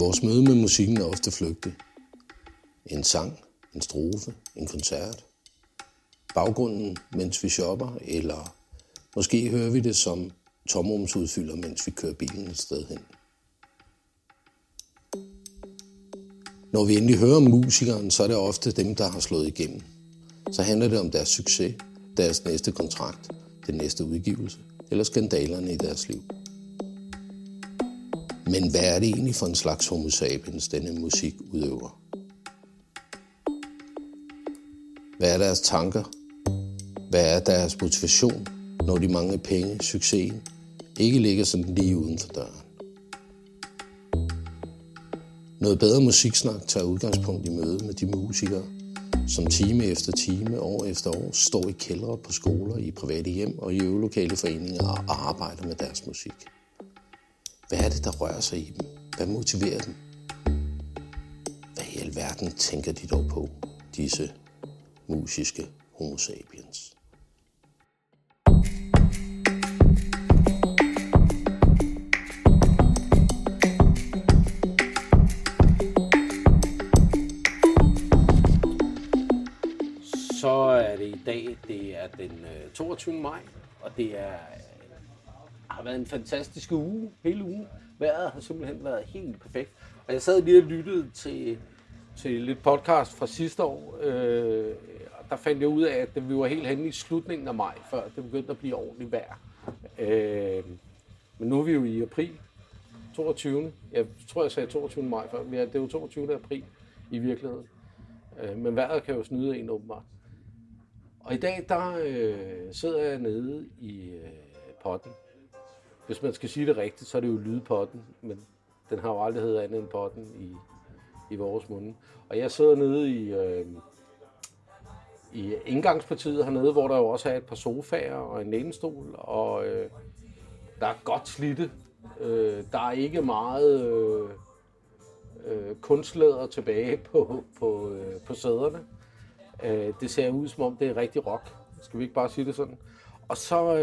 Vores møde med musikken er ofte flygtig. En sang, en strofe, en koncert. Baggrunden, mens vi shopper, eller måske hører vi det som tomrumsudfylder, mens vi kører bilen et sted hen. Når vi endelig hører om musikeren, så er det ofte dem, der har slået igennem. Så handler det om deres succes, deres næste kontrakt, den næste udgivelse eller skandalerne i deres liv. Men hvad er det egentlig for en slags homo sapiens, denne musik udøver? Hvad er deres tanker? Hvad er deres motivation, når de mange penge, succesen, ikke ligger sådan lige uden for døren? Noget bedre musiksnak tager udgangspunkt i møde med de musikere, som time efter time, år efter år, står i kældre på skoler, i private hjem og i øvelokale foreninger og arbejder med deres musik. Hvad er det, der rører sig i dem? Hvad motiverer dem? Hvad i alverden tænker de dog på, disse musiske homo sapiens? Så er det i dag, det er den 22. maj, og det har været en fantastisk uge, hele ugen. Vejret har simpelthen været helt perfekt. Og jeg sad lige og lyttede til lidt podcast fra sidste år, og der fandt jeg ud af, at vi var helt henne i slutningen af maj, før det begyndte at blive ordentligt vejr. Men nu er vi jo i april, 22. Jeg tror, jeg sagde 22. maj før, men det er jo 22. april i virkeligheden. Men vejret kan jo snyde en åbenbart. Og i dag, der sidder jeg nede i potten. Hvis man skal sige det rigtigt, så er det jo lydpotten, men den har jo aldrig heddet andet end potten i vores munde. Og jeg sidder nede i indgangspartiet hernede, hvor der jo også er et par sofaer og en lænestol, og der er godt slidte. Der er ikke meget kunstlæder tilbage på sæderne. Det ser ud som om det er rigtig rock. Skal vi ikke bare sige det sådan? Og så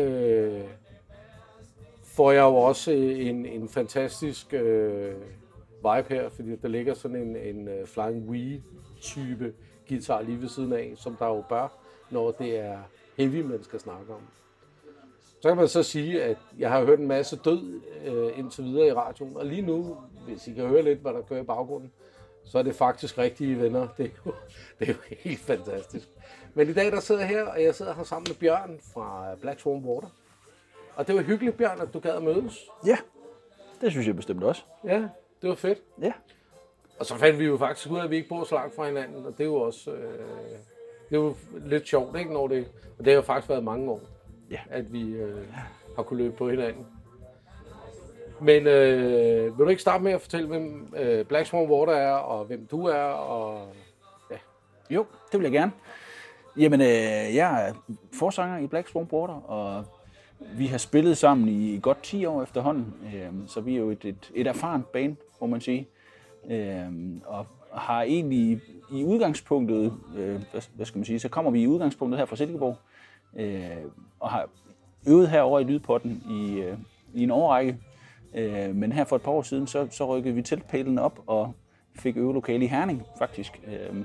får jeg jo også en fantastisk vibe her, fordi der ligger sådan en Flying V-type guitar lige ved siden af, som der jo bør, når det er heavy, man skal snakke om. Så kan man så sige, at jeg har hørt en masse død indtil videre i radioen, og lige nu, hvis I kan høre lidt, hvad der kører i baggrunden, så er det faktisk rigtige venner. Det er jo helt fantastisk. Men i dag, der sidder jeg her, og jeg sidder her sammen med Bjørn fra Black Swan Water. Og det var hyggeligt, Bjørn, at du gad at mødes. Ja, det synes jeg bestemt også. Ja, det var fedt. Ja. Og så fandt vi jo faktisk ud af, at vi ikke bor så langt fra hinanden, og det er jo også det er jo lidt sjovt, ikke? Og det har jo faktisk været mange år, at vi har kunnet løbe på hinanden. Men vil du ikke starte med at fortælle, hvem Black Swan Water er, og hvem du er? Og ja. Jo, det vil jeg gerne. Jamen, jeg er forsanger i Black Swan Water, og vi har spillet sammen i godt 10 år efterhånden. Så vi er jo et erfarent band, må man sige. Og har egentlig i udgangspunktet, hvad skal man sige, så kommer vi i udgangspunktet her fra Silkeborg, og har øvet herovre i Lydpotten i en årrække. Men her for et par år siden, så rykkede vi teltpælen op og fik øvelokale i Herning, faktisk.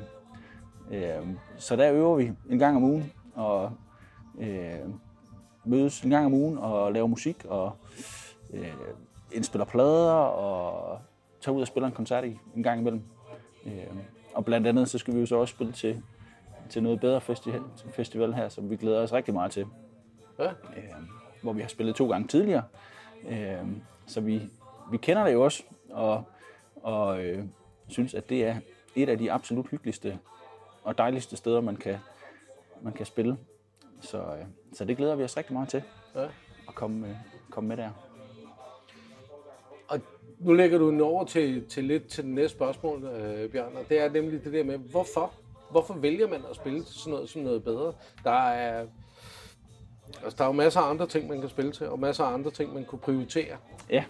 Så der øver vi en gang om ugen, og mødes en gang om ugen og laver musik, og indspiller plader, og tager ud og spiller en koncert en gang imellem. Og blandt andet, så skal vi jo så også spille til noget bedre festival her, som vi glæder os rigtig meget til. Ja. Hvor vi har spillet 2 gange tidligere. Så vi kender det jo også, og synes, at det er et af de absolut hyggeligste og dejligste steder, man kan spille. Så det glæder vi os rigtig meget til, at komme med der. Og nu lægger du den over til det næste spørgsmål, Bjørn, og det er nemlig det der med, hvorfor vælger man at spille sådan noget som noget bedre? Der er jo masser af andre ting, man kan spille til, og masser af andre ting, man kunne prioritere. Ja.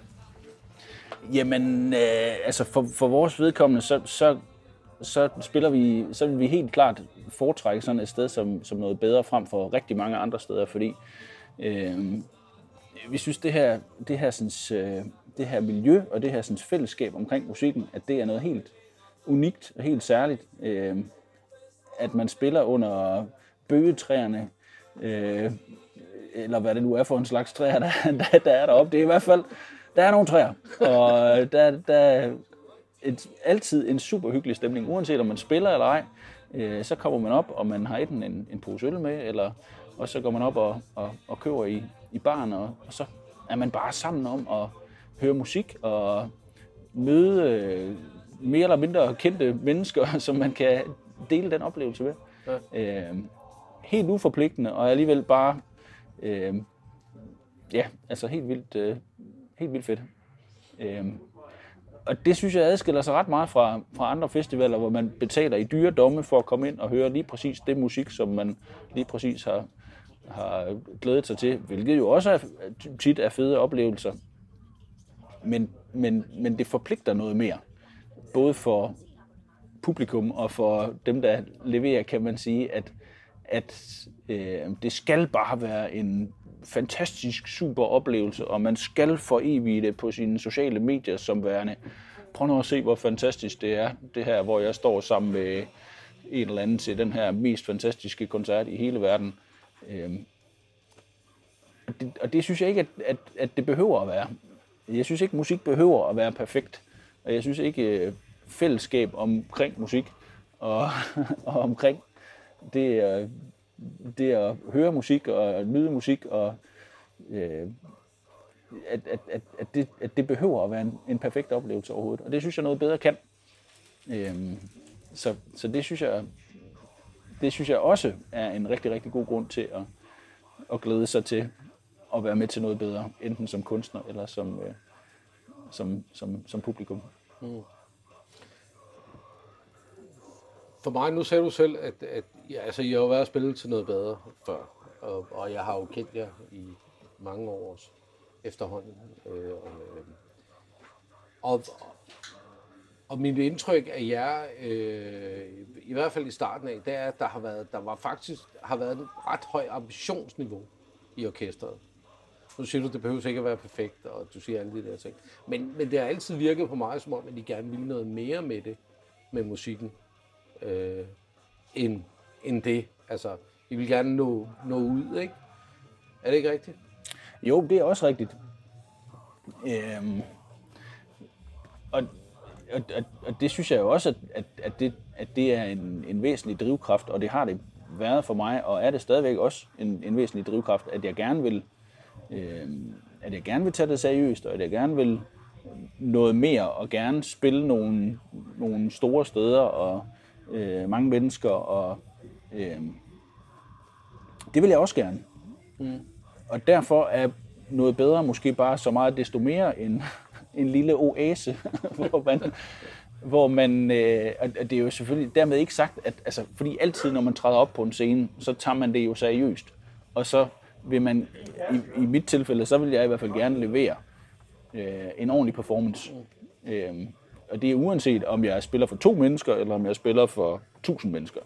Jamen, altså for vores vedkommende, så spiller vi, så vil vi helt klart foretrække sådan et sted som noget bedre frem for rigtig mange andre steder, fordi vi synes det her sådan, det her miljø og det her sådan, fællesskab omkring musikken, at det er noget helt unikt og helt særligt. At man spiller under bøgetræerne, eller hvad det nu er for en slags træer, der er deroppe. Det er i hvert fald, der er nogle træer, og der er altid en super hyggelig stemning, uanset om man spiller eller ej. Så kommer man op, og man har enten en pose øl med, og så går man op og køber i baren, og så er man bare sammen om at høre musik og møde mere eller mindre kendte mennesker, som man kan dele den oplevelse med. Ja. Helt uforpligtende, og alligevel bare altså helt vildt fedt. Og det synes jeg adskiller sig ret meget fra andre festivaler, hvor man betaler i dyre domme for at komme ind og høre lige præcis det musik, som man lige præcis har glædet sig til, hvilket jo også tit er fede oplevelser. Men det forpligter noget mere, både for publikum og for dem, der leverer, kan man sige, at det skal bare være en fantastisk super oplevelse, og man skal forevige det på sine sociale medier som værende. Prøv nu at se, hvor fantastisk det er, det her, hvor jeg står sammen med en eller anden til den her mest fantastiske koncert i hele verden. Og det synes jeg ikke, at det behøver at være. Jeg synes ikke, musik behøver at være perfekt. Og jeg synes ikke, fællesskab omkring musik og omkring det at høre musik og nyde musik, og at det behøver at være en perfekt oplevelse overhovedet. Og det synes jeg noget bedre kan. Så det synes jeg også er en rigtig, rigtig god grund til at glæde sig til at være med til noget bedre, enten som kunstner eller som publikum. Mm. For mig, nu sagde du selv, at I har jo været spillet til noget bedre før, og jeg har jo kendt jer i mange år efterhånden. Og mit indtryk af jer, i hvert fald i starten af, det er, at der har været et ret højt ambitionsniveau i orkestret. Nu siger du, det behøver ikke at være perfekt, og du siger alle de der ting. Men det har altid virket på mig, som om, at I gerne ville noget mere med det, med musikken, end det. Altså, I vil gerne nå ud, ikke? Er det ikke rigtigt? Jo, det er også rigtigt. Og det synes jeg jo også, at det er en væsentlig drivkraft, og det har det været for mig, og er det stadigvæk også en væsentlig drivkraft, at jeg gerne vil tage det seriøst, og at jeg gerne vil noget mere, og gerne spille nogle store steder, og mange mennesker, og det vil jeg også gerne. Mm. Og derfor er noget bedre måske bare så meget desto mere en lille oase, hvor man og det er jo selvfølgelig dermed ikke sagt, at altså, fordi altid når man træder op på en scene, så tager man det jo seriøst, og så vil man i mit tilfælde, så vil jeg i hvert fald gerne levere en ordentlig performance. Og det er uanset om jeg spiller for 2 mennesker, eller om jeg spiller for 1000 mennesker.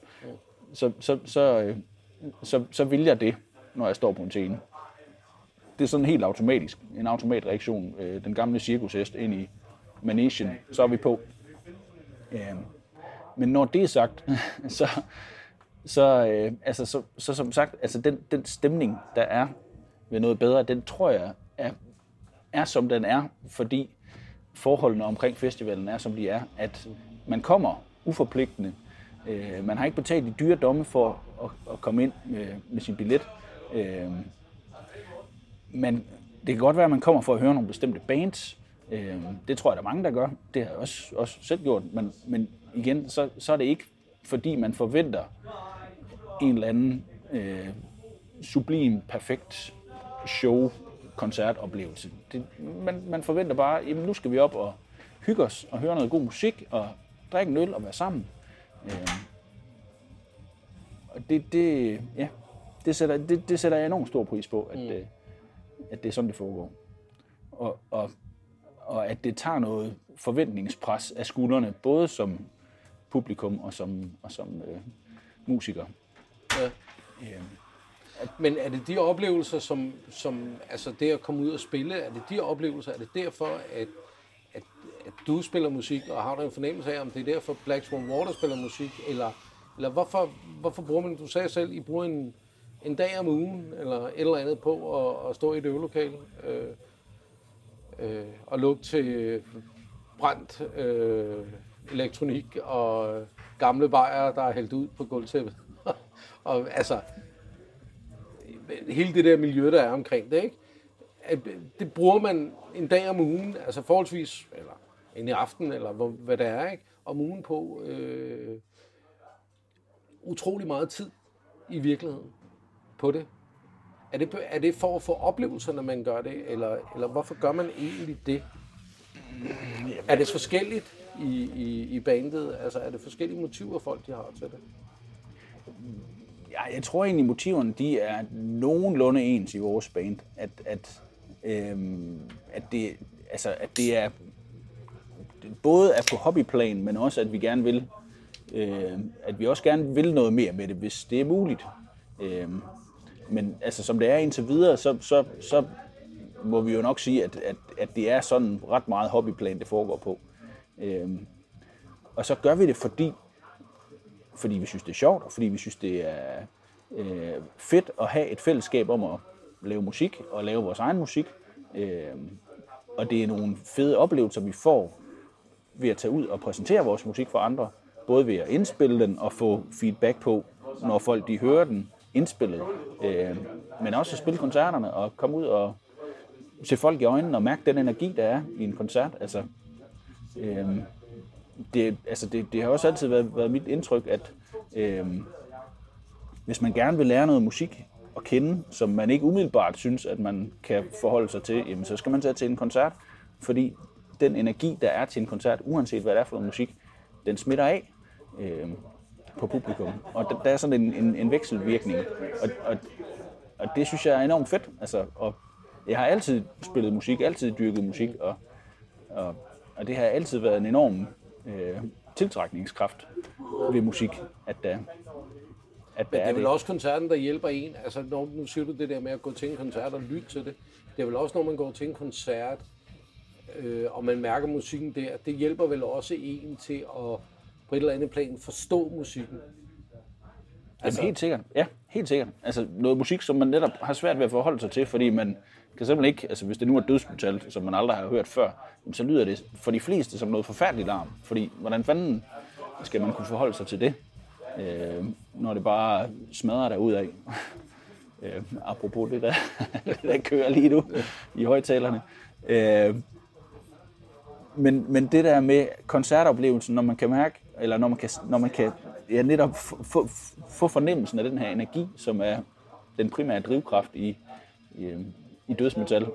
Så vil jeg det, når jeg står på en scene. Det er sådan helt automatisk. En automatreaktion. Den gamle cirkushest ind i manegen, så er vi på. Men når det er sagt, så som sagt, altså den stemning, der er ved noget bedre, den tror jeg er som den er, fordi forholdene omkring festivalen er, som de er, at man kommer uforpligtende. Man har ikke betalt de dyre domme for at komme ind med sin billet. Men det kan godt være, at man kommer for at høre nogle bestemte bands. Det tror jeg, der er mange, der gør. Det har jeg også selv gjort. Men igen, så er det ikke, fordi man forventer en eller anden sublim, perfekt show, koncertoplevelse. Man forventer bare, jamen nu skal vi op og hygge os og høre noget god musik og drikke en øl og være sammen. Og det sætter jeg enormt stor pris på, at det er sådan, det foregår. Og at det tager noget forventningspres af skuldrene, både som publikum og som musiker. Ja. Men er det de oplevelser, som altså det at komme ud og spille, er det de oplevelser, er det derfor, at du spiller musik, og har du en fornemmelse af, om det er derfor Black Swan Water spiller musik, eller hvorfor bruger man, du sagde selv, I bruger en dag om ugen, eller et eller andet på at stå i et øvelokale, og lugte til brændt elektronik, og gamle bajere, der er hældt ud på gulvtæppet. Og altså, hele det der miljø, der er omkring det, ikke? Det bruger man en dag om ugen, altså forholdsvis, eller en i aften, eller hvad det er, ikke? Om ugen på utrolig meget tid i virkeligheden på det. Er det for at få oplevelser, når man gør det, eller hvorfor gør man egentlig det? Er det forskelligt i bandet? Altså er det forskellige motiver, folk de har til det? Ja, jeg tror egentlig, motiverne de er nogenlunde ens i vores band. At det er både er på hobbyplan, men også at vi gerne vil, at vi også gerne vil noget mere med det, hvis det er muligt. Men altså som det er indtil videre, så må vi jo nok sige, at det er sådan ret meget hobbyplan, det foregår på. Og så gør vi det, fordi vi synes, det er sjovt, og fordi vi synes, det er fedt at have et fællesskab om at lave musik, og lave vores egen musik. Og det er nogle fede oplevelser, vi får ved at tage ud og præsentere vores musik for andre. Både ved at indspille den og få feedback på, når folk de hører den indspillet. Men også at spille koncerterne og komme ud og se folk i øjnene og mærke den energi, der er i en koncert. Altså, det har også altid været mit indtryk, at hvis man gerne vil lære noget musik at kende, som man ikke umiddelbart synes, at man kan forholde sig til, jamen, så skal man tage til en koncert, fordi den energi, der er til en koncert, uanset hvad det er for noget musik, den smitter af på publikum. Og der er sådan en vekselvirkning, og det synes jeg er enormt fedt. Altså, og jeg har altid spillet musik, altid dyrket musik, og det har altid været en enorm tiltrækningskraft ved musik, at der men det er vel også koncerten, der hjælper en. Altså, nu siger du det der med at gå til en koncert og lytte til det. Det er vel også, når man går til en koncert, og man mærker musikken der, det hjælper vel også en til at på et eller andet plan forstå musikken. Altså, helt sikkert. Ja, helt sikkert. Altså noget musik, som man netop har svært ved at forholde sig til, fordi man kan simpelthen ikke, altså hvis det nu er dødsmetal, som man aldrig har hørt før, så lyder det for de fleste som noget forfærdeligt larm. Fordi hvordan fanden skal man kunne forholde sig til det, når det bare smadrer derudad? Apropos det der kører lige nu i højtalerne. Men det der med koncertoplevelsen, når man kan mærke, eller når man kan netop få fornemmelsen af den her energi, som er den primære drivkraft i dødsmetal.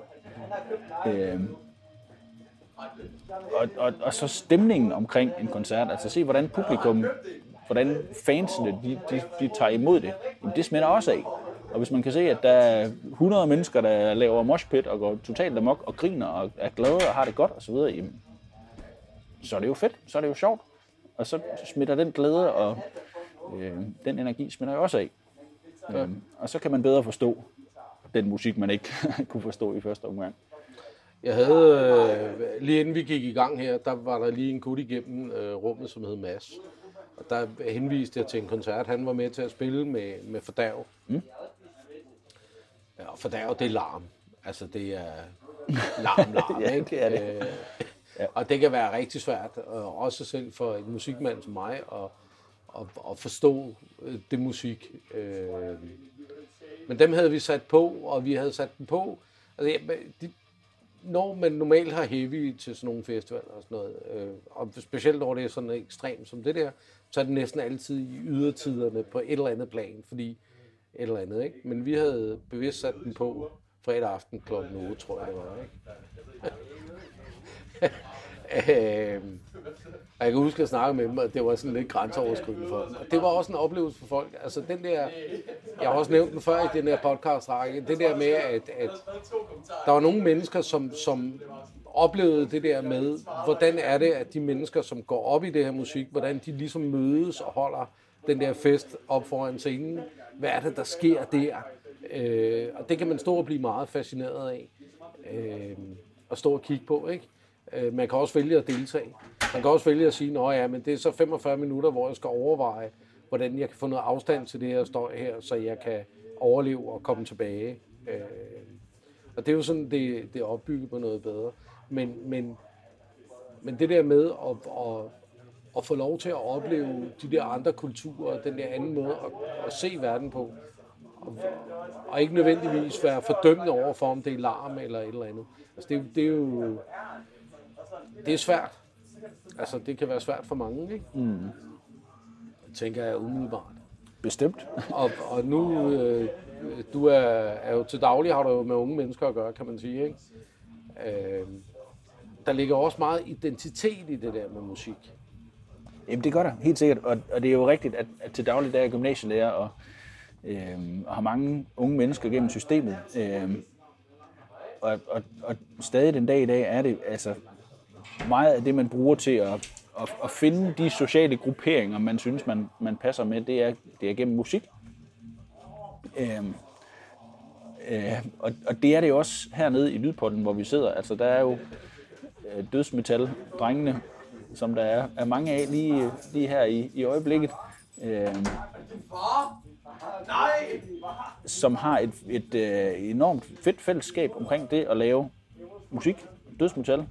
Og så stemningen omkring en koncert, altså se hvordan publikum, hvordan fansene de tager imod det, det smitter også af. Og hvis man kan se, at der er 100 mennesker, der laver moshpit og går totalt amok og griner og er glade og har det godt osv., så er det jo fedt, så er det jo sjovt. Og så smitter den glæde og den energi smitter jo også af. Og så kan man bedre forstå den musik, man ikke kunne forstå i første omgang. Jeg havde, lige inden vi gik i gang her, der var der lige en gut igennem rummet, som hed Mads. Og der henviste jeg til en koncert. Han var med til at spille med Fordærv. Ja, og Fordærv, det er larm. Altså, det er larm, ja, ikke? Det er det. Ja. Og det kan være rigtig svært, også selv for en musikmand som mig, at forstå det musik. Men dem havde vi sat på, og vi havde sat dem på. Altså, når man normalt har heavy til sådan nogle festivaler og sådan noget, og specielt når det er sådan ekstremt som det der, så er det næsten altid i ydertiderne på et eller andet plan, fordi et eller andet, ikke? Men vi havde bevidst sat den på fredag aften kl. 8, tror jeg det var, ikke? Jeg kan huske, at jeg snakkede med dem, og det var sådan lidt grænseoverskridende for dem. Og det var også en oplevelse for folk. Altså den der, jeg har også nævnt den før i den her podcast-række, det der med, at der var nogle mennesker, som oplevede det der med, hvordan er det, at de mennesker, som går op i det her musik, hvordan de ligesom mødes og holder den der fest op foran scenen. Hvad er det, der sker der? Og det kan man stå og blive meget fascineret af. Og stå og kigge på, ikke? Man kan også vælge at deltage. Man kan også vælge at sige, nå ja, men det er så 45 minutter, hvor jeg skal overveje, hvordan jeg kan få noget afstand til det her støj her, så jeg kan overleve og komme tilbage. Og det er jo sådan, det er opbygget på noget bedre. Men det der med at få lov til at opleve de der andre kulturer, den der anden måde at se verden på, og ikke nødvendigvis være fordømmende over for, om det er larm eller et eller andet. Altså det er svært. Altså det kan være svært for mange, ikke? Det tænker jeg umiddelbart. Bestemt. og nu, du er jo til daglig, har du jo med unge mennesker at gøre, kan man sige, ikke? Der ligger også meget identitet i det der med musik. Jamen det gør der, helt sikkert. Og det er jo rigtigt, at til daglig der er gymnasielærer og har mange unge mennesker gennem systemet. Og stadig den dag i dag er det altså meget af det, man bruger til at finde de sociale grupperinger, man synes, man passer med, det er gennem musik. Og det er det jo også hernede i Lydpotten, hvor vi sidder. Altså der er jo dødsmetal-drengene, som der er mange af lige her i øjeblikket. Som har et enormt fedt fællesskab omkring det at lave musik, dødsmetal.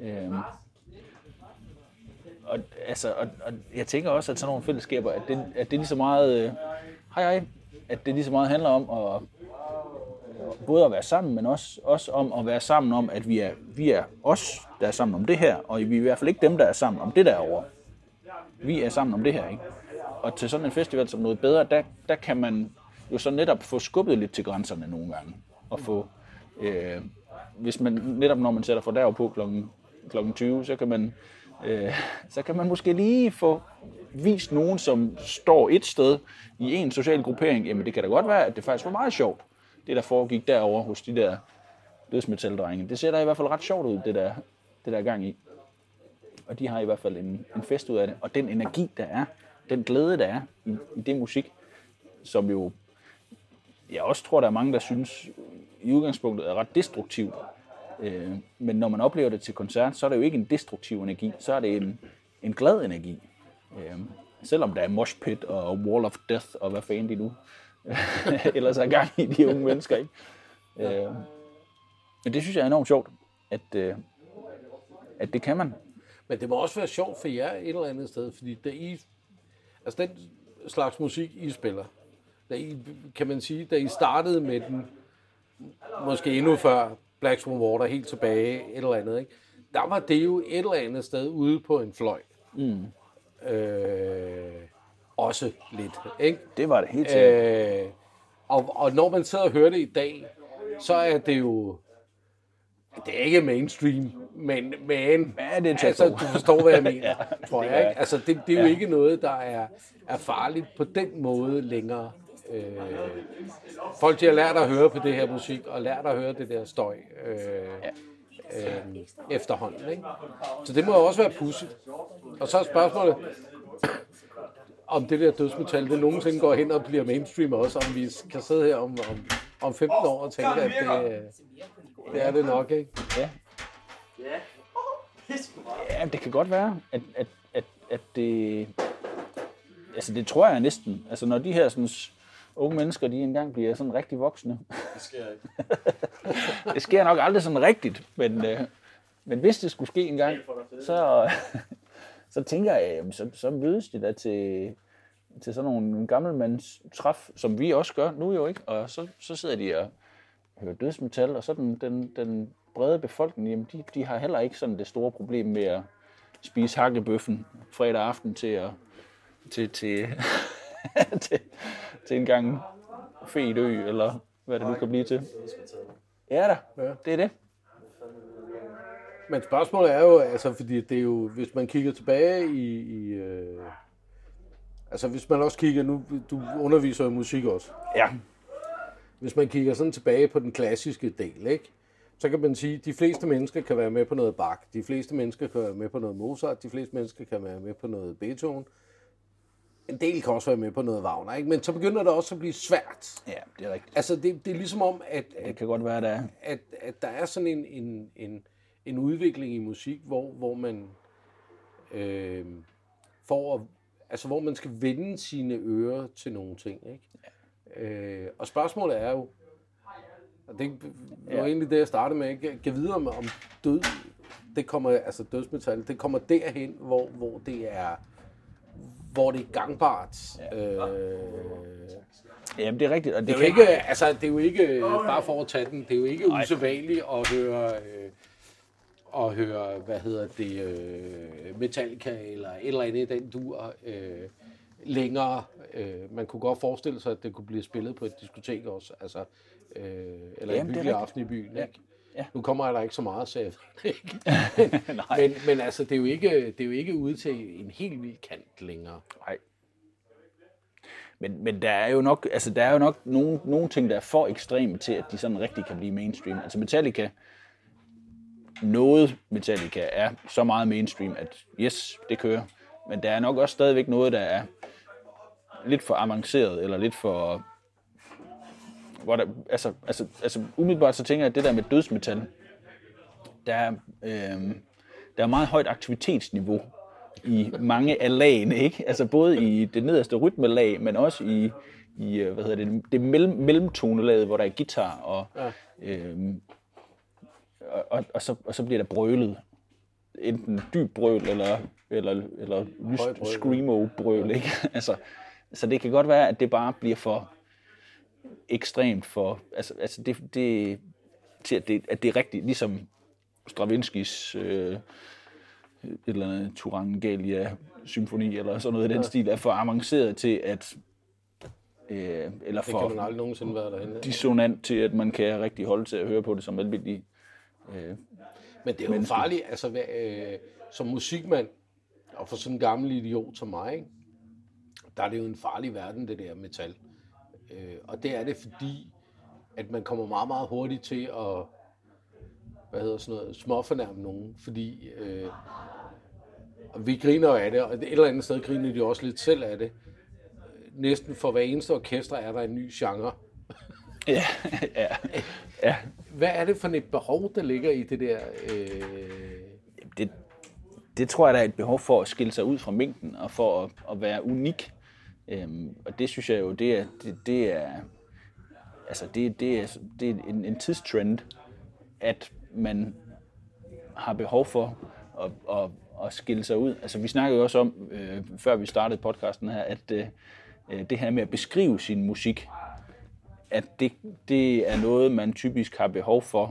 Og jeg tænker også, at sådan nogle fællesskaber, at det lige så meget at det lige så meget handler om at både at være sammen, men også om at være sammen om, at vi er os, der er sammen om det her, og vi er i hvert fald ikke dem, der er sammen om det derovre. Vi er sammen om det her, ikke? Og til sådan en festival som Noget Bedre, der kan man jo så netop få skubbet lidt til grænserne nogle gange, og få, hvis man netop når man sætter for derop på klokken 20, så kan man måske lige få vist nogen, som står et sted i en social gruppering. Jamen det kan da godt være, at det faktisk var meget sjovt, det der foregik derovre hos de der dødsmetaldrenge. Det ser da i hvert fald ret sjovt ud, det der gang i. Og de har i hvert fald en fest ud af det. Og den energi, der er, den glæde, der er i det musik, som jo, jeg også tror, der er mange, der synes, i udgangspunktet er ret destruktivt. Men når man oplever det til koncert, så er det jo ikke en destruktiv energi, så er det en glad energi. Selvom der er mosh pit og wall of death og hvad fanden de nu ellers er gang i, de unge mennesker, ikke? Men det synes jeg er enormt sjovt, at det kan man. Men det må også være sjovt for jer et eller andet sted, fordi den slags musik, I spiller, kan man sige, da I startede med den, måske endnu før Black Swan Water, helt tilbage, et eller andet, ikke? Der var det jo et eller andet sted ude på en fløj. Også lidt, ikke? Det var det helt sikkert. Og når man sidder og hører det i dag, så er det jo, det er ikke mainstream, men altså, du forstår, hvad jeg mener, tror jeg, ikke? Altså, det er jo ikke noget, der er farligt på den måde længere. Folk, de har lært at høre på det her musik, og lært at høre det der støj efterhånden, ikke? Så det må jo også være pudsigt. Og så er spørgsmålet, om det der dødsmetal, det nogensinde går hen og bliver mainstream også, om vi kan sidde her om 15 år og tænke, at det er det nok, ikke? Ja, det kan godt være, at det... Altså det tror jeg næsten. Altså når de her sådan unge mennesker, de engang bliver sådan rigtig voksne. Det sker ikke. Det sker nok aldrig sådan rigtigt, men hvis det skulle ske engang, så tænker jeg, så mødes de da til sådan nogle gammelmands træf, som vi også gør nu jo, ikke? Og så sidder de og hører dødsmetal, og så den brede befolkning, jamen de har heller ikke sådan det store problem med at spise hakkebøffen fredag aften til en gang fedø, eller hvad det nu kan blive til. Ja da, det er det. Men spørgsmålet er jo, altså, fordi det er jo, hvis man kigger tilbage altså hvis man også kigger, nu, du underviser jo musik også. Ja. Hvis man kigger sådan tilbage på den klassiske del, ikke? Så kan man sige, at de fleste mennesker kan være med på noget Bach, de fleste mennesker kan være med på noget Mozart, de fleste mennesker kan være med på noget Beethoven. En del kan også være med på noget Wagner, ikke? Men så begynder det også at blive svært. Ja, det er rigtigt. Altså, det er ligesom om, det kan godt være, der at der er sådan en udvikling i musik, hvor man hvor man skal vende sine ører til nogle ting, ikke? Ja. Og spørgsmålet er jo, og det var egentlig det, jeg startede med, ikke? Kan vide om død, det kommer, altså dødsmetal, det kommer derhen, hvor det er gangbart. Ja. Jamen, det er rigtigt. Og det er jo ikke bare for at tage den, det er jo ikke usædvanligt at høre, Metallica eller et eller andet i den dur længere. Man kunne godt forestille sig, at det kunne blive spillet på et diskotek også, altså, eller en hyggelig aften i byen, ikke? Ja. Nu kommer der ikke så meget, så jeg ved ikke. men altså, det er jo ikke ude til en helt vild kant længere. Nej. Men der er jo nok nogle ting, der er for ekstreme til, at de sådan rigtig kan blive mainstream. Altså Metallica er så meget mainstream, at yes, det kører. Men der er nok også stadigvæk noget, der er lidt for avanceret, eller lidt for... Altså umiddelbart så tænker jeg, at det der med dødsmetal, der er meget højt aktivitetsniveau i mange af lagene, ikke? Altså både i det nederste rytmelag, men også i det mellemtonelaget, hvor der er guitar og så bliver der brølet. Enten dyb brøl eller lyst screamo-brøl, ikke? Altså, så det kan godt være, at det bare bliver for ekstremt for... Altså det til, at det er rigtigt, ligesom Stravinskys et eller andet Turangalia-symfoni, eller sådan noget i den stil, er for avanceret til, at... eller for... Det kan man aldrig nogensinde være derhenne. Dissonant til, at man kan rigtig holde til at høre på det som almindelig men det er jo farligt, altså som musikmand, og for sådan en gammel idiot som mig, ikke? Der er det jo en farlig verden, det der metal. Og det er det, fordi at man kommer meget, meget hurtigt til at småfornærme nogen, fordi og vi griner jo af det, og et eller andet sted griner de også lidt selv af det. Næsten for hver eneste orkester er der en ny genre. Ja. Hvad er det for et behov, der ligger i det der? Det tror jeg, der er et behov for at skille sig ud fra mængden, og for at være unik. Og det synes jeg jo, det er en tidstrend, at man har behov for at skille sig ud. Altså vi snakkede jo også om, før vi startede podcasten her, at det her med at beskrive sin musik, at det er noget, man typisk har behov for.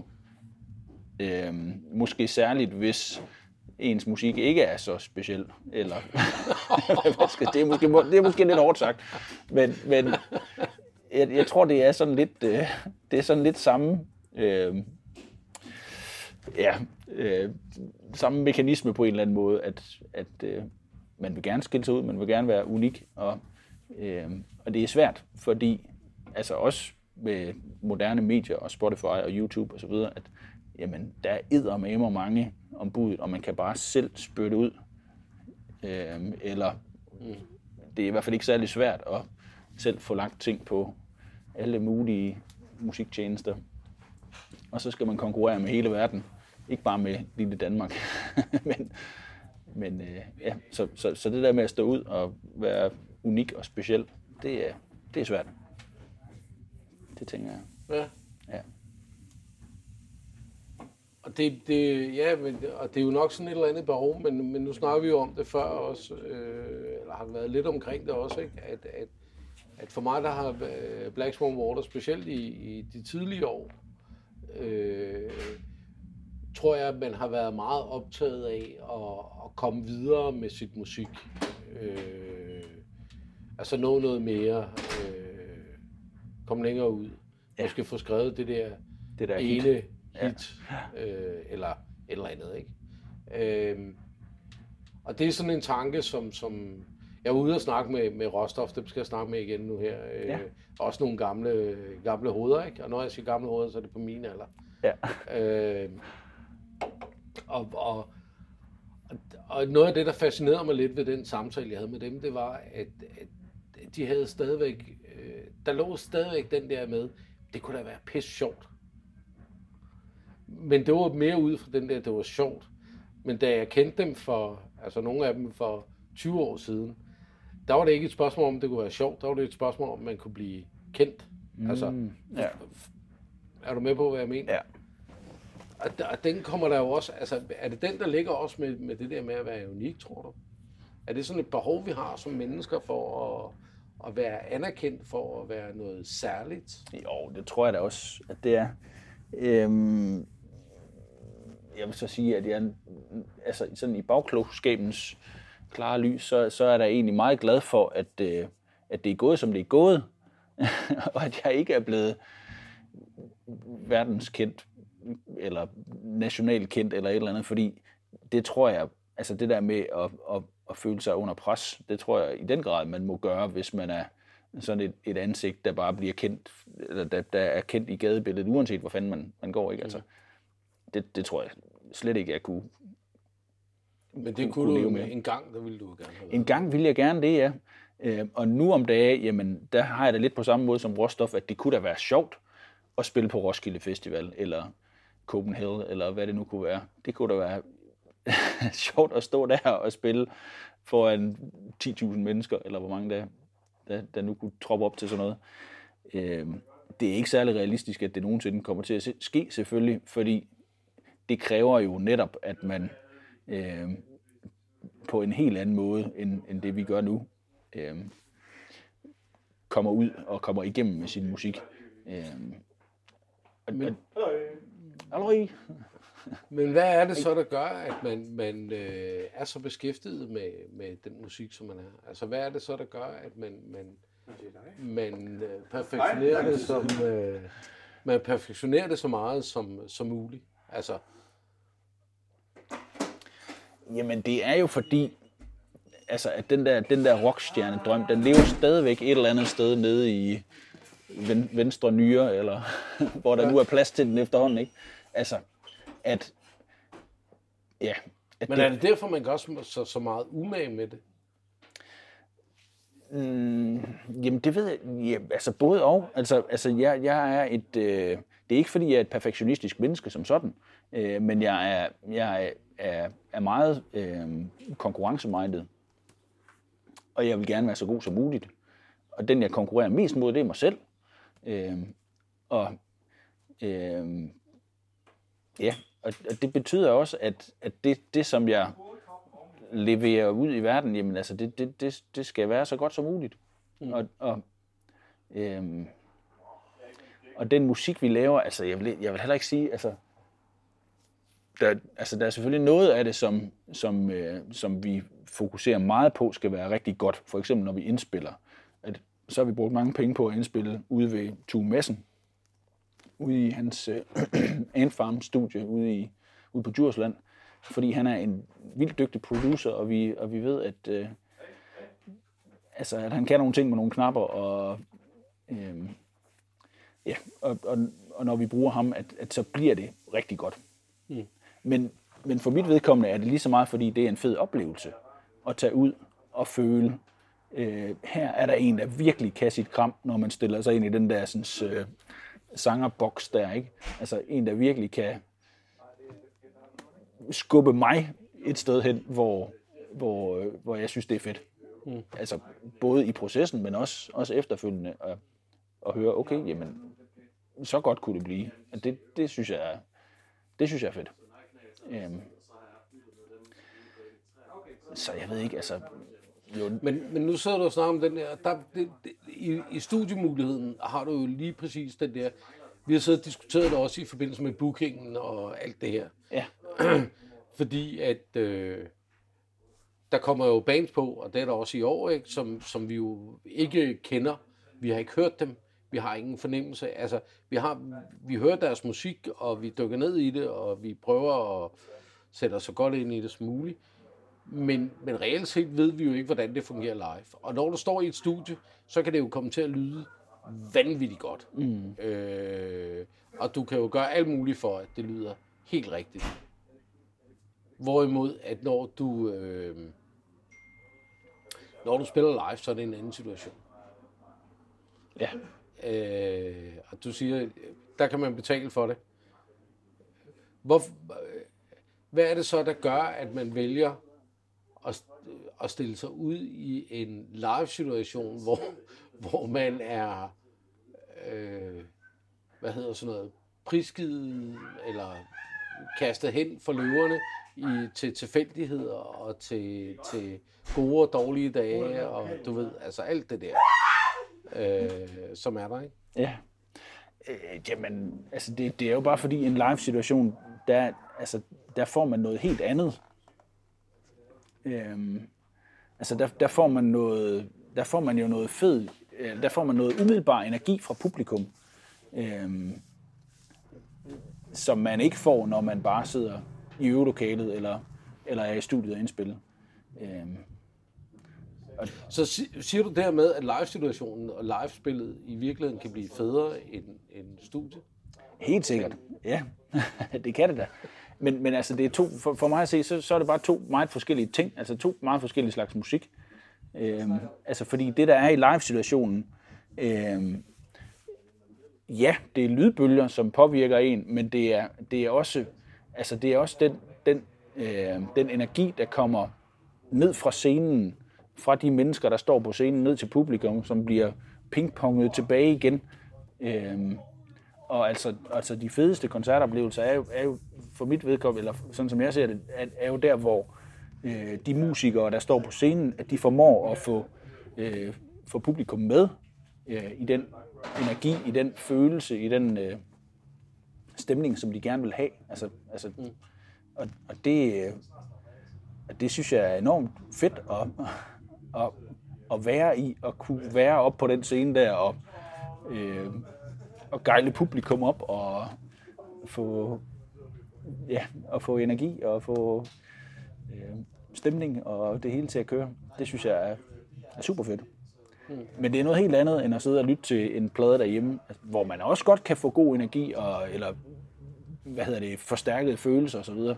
Måske særligt, hvis ens musik ikke er så speciel, eller det er måske lidt hårdt sagt, men jeg tror, det er sådan lidt samme samme mekanisme på en eller anden måde, at man vil gerne skille sig ud, man vil gerne være unik, og det er svært, fordi altså også med moderne medier og Spotify og YouTube og så videre, at jamen, der er eddermame mange om budet, og man kan bare selv spytte ud. Eller det er i hvert fald ikke særlig svært at selv få lagt ting på alle mulige musiktjenester. Og så skal man konkurrere med hele verden. Ikke bare med lille Danmark. Så det der med at stå ud og være unik og speciel, det er svært. Det tænker jeg. Ja. Og det er jo nok sådan et eller andet behov, men nu snakker vi jo om det før også, eller har været lidt omkring det også, ikke? At for mig, der har Black Swan Water, specielt i de tidlige år, tror jeg, at man har været meget optaget af at komme videre med sit musik. Altså nå noget mere, komme længere ud. Måske få skrevet det der ene hit, eller et eller andet, ikke? Og det er sådan en tanke, som jeg var ude og snakke med Rostov, det skal jeg snakke med igen nu her. Også nogle gamle hoveder, ikke? Og når jeg siger gamle hoveder, så er det på min alder. Ja. Og noget af det, der fascinerede mig lidt ved den samtale, jeg havde med dem, det var, at de havde stadigvæk, der lå stadigvæk den der med, det kunne da være pisse sjovt. Men det var mere ud fra den der, det var sjovt. Men da jeg kendte dem nogle af dem for 20 år siden, der var det ikke et spørgsmål om, det kunne være sjovt, der var det et spørgsmål om, man kunne blive kendt. Ja. Er du med på, hvad jeg mener? Ja. Og den kommer der jo også, altså er det den, der ligger også med det der med at være unik, tror du? Er det sådan et behov, vi har som mennesker for at være anerkendt, for at være noget særligt? Jo, det tror jeg da også, at det er. Jeg vil så sige, at jeg, altså sådan i bagklogskabens klare lys, så er jeg egentlig meget glad for, at det er gået, som det er gået, og at jeg ikke er blevet verdenskendt, eller nationalkendt, eller et eller andet, fordi det tror jeg, altså det der med at føle sig under pres, det tror jeg i den grad, man må gøre, hvis man er sådan et ansigt, der bare bliver kendt, eller der er kendt i gadebilledet, uanset hvor fanden man går, ikke? Altså, det tror jeg slet ikke, jeg kunne. Men det kunne du med en gang, der ville du gerne have været. En gang ville jeg gerne det, ja. Og nu om dagen, jamen, der har jeg det lidt på samme måde som Råstof, at det kunne da være sjovt at spille på Roskilde Festival, eller Copenhagen, eller hvad det nu kunne være. Det kunne da være sjovt at stå der og spille foran 10.000 mennesker, eller hvor mange der nu kunne troppe op til sådan noget. Det er ikke særlig realistisk, at det nogensinde kommer til at ske, selvfølgelig, fordi det kræver jo netop, at man på en helt anden måde, end det vi gør nu, kommer ud og kommer igennem med sin musik. Men hvad er det så, der gør, at man er så beskæftiget med den musik, som man er? Altså, hvad er det så, der gør, at man perfektionerer det som man perfektionerer det så meget som muligt? Altså. Jamen, det er jo fordi, altså, at den der rockstjerne-drøm, den lever stadigvæk et eller andet sted nede i venstre nyre, eller hvor der nu er plads til den efterhånden, ikke? Altså, at men er det derfor, man gør så meget umage med det? Jamen, det ved jeg. Ja, altså, både og. Altså jeg er det er ikke, fordi jeg er et perfektionistisk menneske som sådan, men jeg er meget konkurrencemindet, og jeg vil gerne være så god som muligt. Og den, jeg konkurrerer mest mod, det er mig selv. Og det betyder også, at det som jeg leverer ud i verden, jamen altså, det skal være så godt som muligt. Og den musik, vi laver, altså, jeg vil heller ikke sige, altså, der er selvfølgelig noget af det, som vi fokuserer meget på, skal være rigtig godt. For eksempel, når vi indspiller. Så har vi brugt mange penge på at indspille ude ved Tue Madsen, ude i hans Ant Farm studie ude på Djursland, fordi han er en vildt dygtig producer, og vi ved, at at han kan nogle ting med nogle knapper, og og når vi bruger ham, at så bliver det rigtig godt. Men for mit vedkommende er det lige så meget, fordi det er en fed oplevelse at tage ud og føle, her er der en, der virkelig kan sit kram, når man stiller sig ind i den der sådan, sangerboks der, ikke? Altså en, der virkelig kan skubbe mig et sted hen, hvor jeg synes, det er fedt. Altså både i processen, men også efterfølgende at høre, okay, jamen, så godt kunne det blive. Det synes jeg er fedt. Så jeg ved ikke, altså. Men nu sidder du og snakker om den der, i studiemuligheden har du jo lige præcis den der, vi har siddet og diskuteret det også i forbindelse med bookingen og alt det her. Ja. Fordi at der kommer jo bands på, og det er der også i år, ikke, som vi jo ikke kender. Vi har ikke hørt dem. Vi har ingen fornemmelse. Altså, vi hører deres musik, og vi dykker ned i det, og vi prøver at sætte os så godt ind i det som muligt. Men reelt set ved vi jo ikke, hvordan det fungerer live. Og når du står i et studie, så kan det jo komme til at lyde vanvittigt godt. Og du kan jo gøre alt muligt for, at det lyder helt rigtigt. Hvorimod, at når du spiller live, så er det en anden situation. Ja. Og du siger, der kan man betale for det. Hvad er det så, der gør, at man vælger at stille sig ud i en live-situation, hvor man er, prisgivet eller kastet hen for løverne til tilfældigheder og til gode og dårlige dage, og du ved, altså alt det der, som er der, ikke? Ja. Jamen, altså det er jo bare fordi en live-situation, der får man noget helt andet. Der får man jo noget fed, der får man noget umiddelbar energi fra publikum, som man ikke får, når man bare sidder i øvelokalet eller er i studiet og indspillet. Så siger du dermed, at live-situationen og live-spillet i virkeligheden kan blive federe end studiet? Helt sikkert, ja. Det kan det da. Men altså, det er to, for mig at se, så er det bare to meget forskellige ting, altså to meget forskellige slags musik. Fordi det, der er i live-situationen, ja, det er lydbølger, som påvirker en, men det er også den energi, der kommer ned fra scenen, fra de mennesker, der står på scenen, ned til publikum, som bliver pingponget tilbage igen. Og altså de fedeste koncertoplevelser er jo for mit vedkommende, eller sådan som jeg ser det, er jo der, hvor de musikere, der står på scenen, at de formår at få publikum med i den energi, i den følelse, i den stemning, som de gerne vil have. Og det synes jeg er enormt fedt at være i, og kunne være op på den scene der, og gejle publikum op, og få energi, og få stemning, og det hele til at køre. Det synes jeg er super fedt. Men det er noget helt andet, end at sidde og lytte til en plade derhjemme, hvor man også godt kan få god energi, eller forstærkede følelser osv.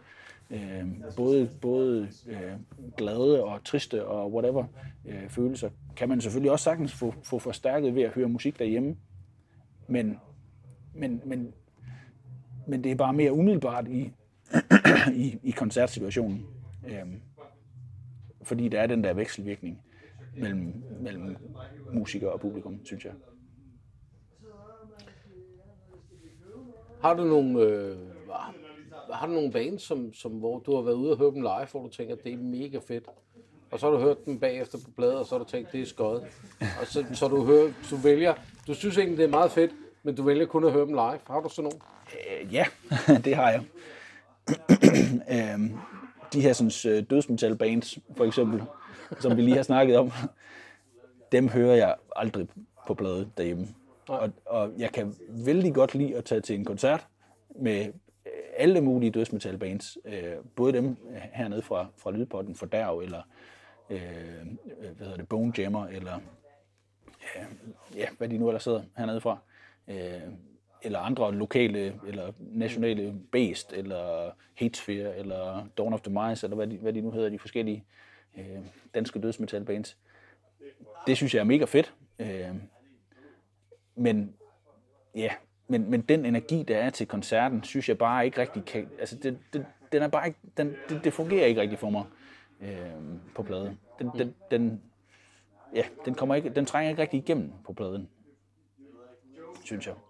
Både glade og triste og whatever følelser, kan man selvfølgelig også sagtens få forstærket ved at høre musik derhjemme. Men det er bare mere umiddelbart i koncertsituationen. Fordi der er den der vekselvirkning mellem musikere og publikum, synes jeg. Har du nogle bands, som hvor du har været ude og høre dem live, hvor du tænker, det er mega fedt, og så har du hørt dem bagefter på plade, og så har du tænkt, det er skødt, og så du vælger, du synes egentlig, det er meget fedt, men du vælger kun at høre dem live. Har du sådan nogle? Ja, det har jeg. De her sådan, dødsmetal bands, for eksempel, som vi lige har snakket om, dem hører jeg aldrig på plade derhjemme. Og jeg kan vældig godt lide at tage til en koncert med alle mulige dødsmetal bands. Både dem hernede fra Lydpotten, for Derv, eller Bone Jammer, eller hvad de nu ellers sidder hernede fra. Eller andre lokale eller nationale Beast, eller Hatesphere, eller Dawn of Demise, eller hvad de nu hedder, de forskellige danske dødsmetal bands. Det synes jeg er mega fedt. Men den energi, der er til koncerten, synes jeg bare ikke rigtig kan. Altså, den er bare ikke, det fungerer ikke rigtig for mig på plade. Den trænger ikke rigtig igennem på pladen, synes jeg.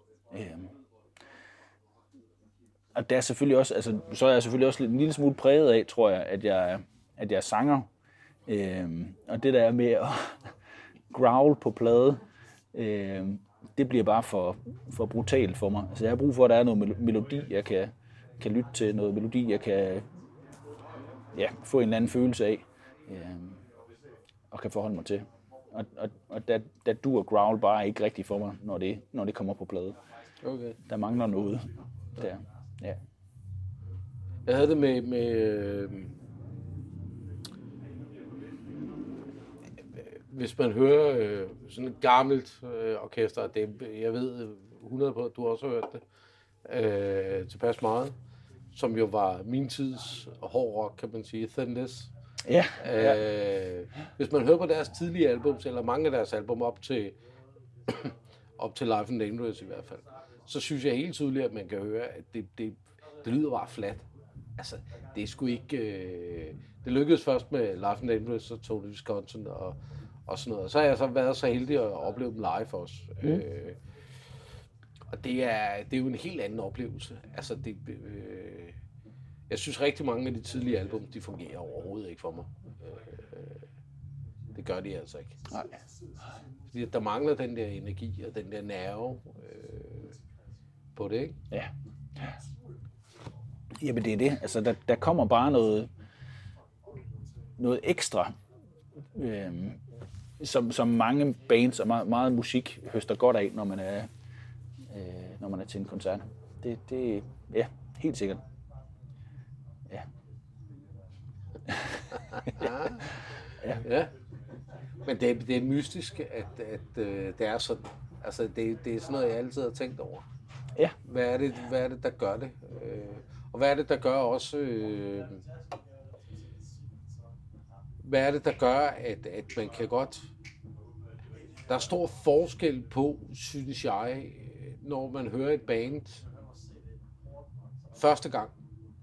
Og der er selvfølgelig også, altså, så er jeg selvfølgelig også en lille smule præget af, tror jeg, at jeg er sanger. Og det der er med at growl på plade, det bliver bare for brutalt for mig. Altså, jeg har brug for, at der er noget melodi, jeg kan lytte til, noget melodi, jeg kan få en eller anden følelse af, og kan forholde mig til. Og der dur growl bare ikke rigtigt for mig, når det kommer på plade. Okay. Der mangler noget der. Ja. Jeg havde det med hvis man hører sådan et gammelt orkester, jeg ved 100 på, at du også har hørt det tilpas meget, som jo var min tids hård rock, kan man sige, Thin Lizzy. Ja. Hvis man hører på deres tidlige albums, eller mange af deres album op til Life and Dangerous i hvert fald, så synes jeg helt tydeligt, at man kan høre, at det lyder bare flat. Altså, det er sgu ikke... det lykkedes først med Life and Dangerous og Tony Wisconsin og sådan noget. Og så har jeg så været så heldig at opleve dem live også. Og det er jo en helt anden oplevelse. Altså, jeg synes rigtig mange af de tidlige album, de fungerer overhovedet ikke for mig. Det gør de altså ikke. Nej. Fordi der mangler den der energi og den der nerve på det, ikke? Ja. Jamen det er det. Altså der kommer bare noget ekstra, som mange bands og meget musik høster godt af, når man er til en koncert. Det ja, helt sikkert. Ja. Ja. Men det er mystisk, at det er sådan. Altså, det er sådan noget, jeg altid har tænkt over. Ja. Hvad er det, der gør det? Og hvad er det, der gør også... hvad er det, der gør, at man kan godt... Der er stor forskel på, synes jeg, når man hører et band første gang.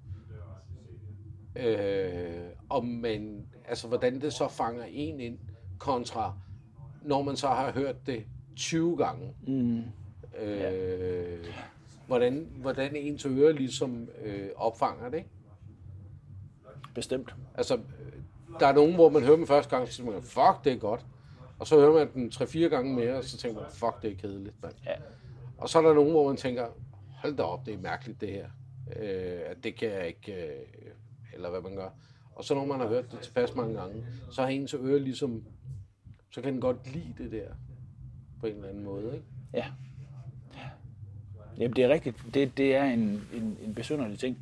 Og man, altså, hvordan det så fanger en ind, kontra når man så har hørt det 20 gange. Hvordan ens ører ligesom opfanger det, ikke? Bestemt. Altså, der er nogen, hvor man hører dem første gang, så tænker man, fuck, det er godt. Og så hører man den 3-4 gange mere, og så tænker man, fuck, det er kedeligt, mand. Ja. Og så er der nogen, hvor man tænker, hold da op, det er mærkeligt, det her. Det kan jeg ikke, eller hvad man gør. Og så når man har hørt det tilpas mange gange, så har ens ører ligesom, så kan den godt lide det der, på en eller anden måde, ikke? Ja. Jamen, det er rigtigt. Det er en besynderlig ting.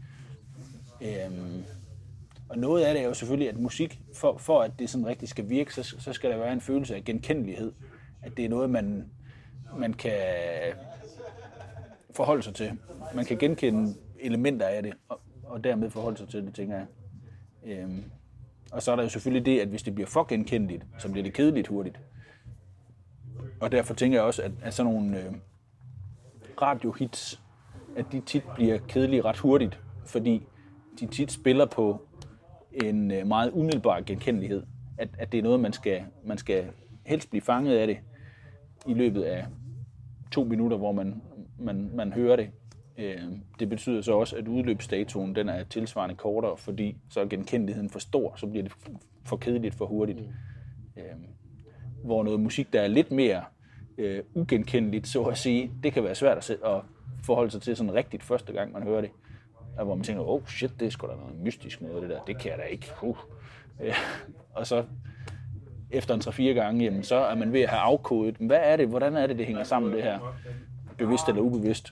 Og noget af det er jo selvfølgelig, at musik, for at det sådan rigtig skal virke, så skal der være en følelse af genkendelighed. At det er noget, man kan forholde sig til. Man kan genkende elementer af det, og dermed forholde sig til det, tænker jeg. Og så er der jo selvfølgelig det, at hvis det bliver for genkendeligt, så bliver det kedeligt hurtigt. Og derfor tænker jeg også, at sådan nogle radiohits, at de tit bliver kedelige ret hurtigt, fordi de tit spiller på en meget umiddelbar genkendelighed. At det er noget, man skal helst blive fanget af det i løbet af 2 minutter, hvor man hører det. Det betyder så også, at udløbsdatoen den er tilsvarende kortere, fordi så er genkendeligheden for stor, så bliver det for kedeligt for hurtigt. Hvor noget musik, der er lidt mere ugenkendeligt, så at sige, det kan være svært at forholde sig til sådan rigtigt første gang, man hører det. Hvor man tænker, shit, det er sgu da noget mystisk noget, det der, det kan jeg da ikke. Og så efter en 3-4 gange, jamen, så er man ved at have afkodet, hvad er det, hvordan er det, det hænger sammen det her, bevidst eller ubevidst.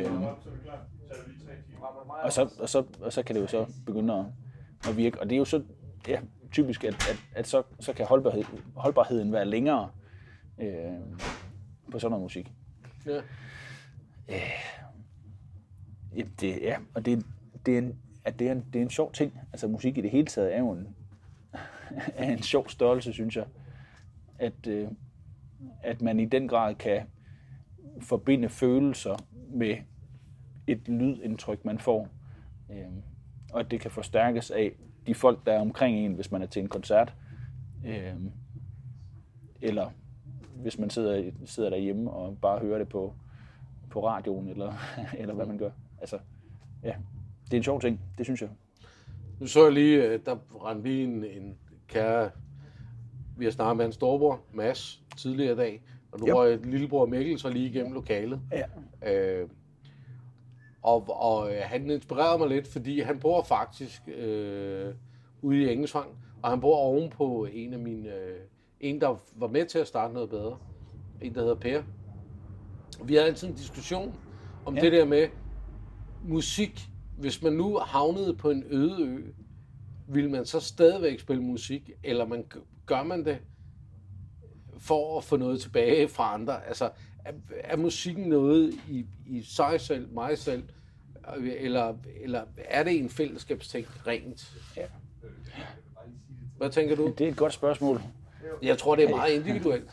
Og så kan det jo så begynde at virke, og det er jo så typisk, at så kan holdbarheden være længere på sådan noget musik. Ja. Og det er en sjov ting. Altså musik i det hele taget er jo en sjov størrelse, synes jeg. At man i den grad kan forbinde følelser med et lydindtryk, man får. Og at det kan forstærkes af de folk, der er omkring en, hvis man er til en koncert. Eller hvis man sidder derhjemme og bare hører det på radioen, eller hvad man gør. Altså, ja, det er en sjov ting, det synes jeg. Nu så jeg lige, der rendte vi en kære, vi har snakket med hans storebror, Mads, tidligere i dag, og nu var lillebror Mikkel så lige igennem lokalet. Ja. Og han inspirerede mig lidt, fordi han bor faktisk ude i Engelsvang, og han bor ovenpå en, der var med til at starte noget bedre. En, der hedder Per. Vi havde altid en diskussion om det der med musik. Hvis man nu havnede på en øde ø, vil man så stadigvæk spille musik, eller gør man det for at få noget tilbage fra andre? Altså, er musikken noget i sig selv, mig selv, Eller er det en fællesskabsting rent? Ja. Hvad tænker du? Det er et godt spørgsmål. Jeg tror, det er meget individuelt.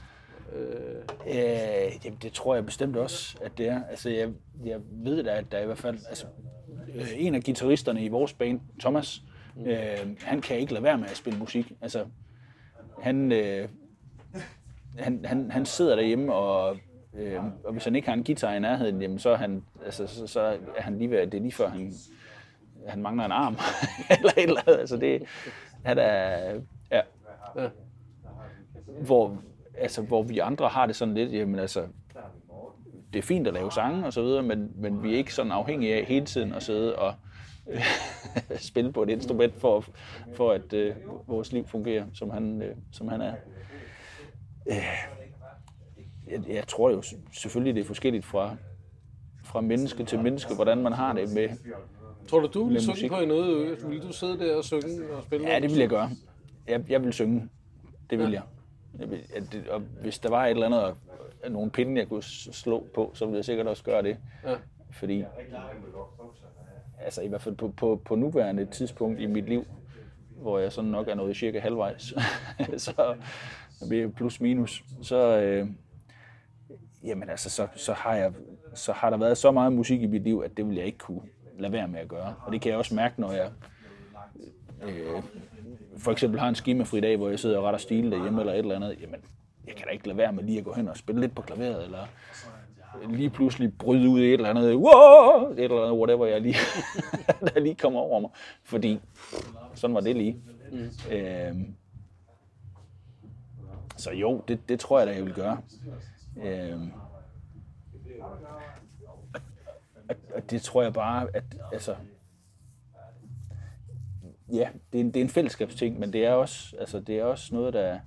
Det tror jeg bestemt også, at det er. Altså, jeg ved da, at der i hvert fald... Altså, en af guitaristerne i vores band, Thomas, han kan ikke lade være med at spille musik. Altså, han sidder derhjemme, og hvis han ikke har en guitar i nærheden, jamen, så er han, altså, så er han lige ved, det er lige før han mangler en arm, eller et eller andet. Altså, det er da... Ja. Hvor vi andre har det sådan lidt, jamen altså, det er fint at lave sange og så videre, men vi er ikke sådan afhængige af hele tiden at sidde og spille på et instrument for at vores liv fungerer, som han er. Jeg tror jo selvfølgelig, det er forskelligt fra menneske til menneske, hvordan man har det med. Tror du vil synge på noget? Vil du sidde der og synge og spille? Ja, det vil jeg gøre. Jeg vil synge. Det vil jeg. Og hvis der var et eller andet, nogle pinde, jeg kunne slå på, så ville jeg sikkert også gøre det. Ja. Fordi, altså i hvert fald på nuværende tidspunkt i mit liv, hvor jeg sådan nok er nået cirka halvvejs, så bliver plus minus, så, jamen altså, så har der været så meget musik i mit liv, at det vil jeg ikke kunne lade være med at gøre. Og det kan jeg også mærke, når jeg for eksempel har en skemafri dag, hvor jeg sidder og retter stil derhjemme eller et eller andet, jamen, jeg kan da ikke lade være med lige at gå hen og spille lidt på klaveret, eller lige pludselig bryde ud i et eller andet, wow, et eller andet, whatever jeg lige, der lige kommer over mig, fordi sådan var det lige. Så jo, det tror jeg da, jeg vil gøre. Og det tror jeg bare, at altså, ja, det er en fællesskabsting, men det er også noget, der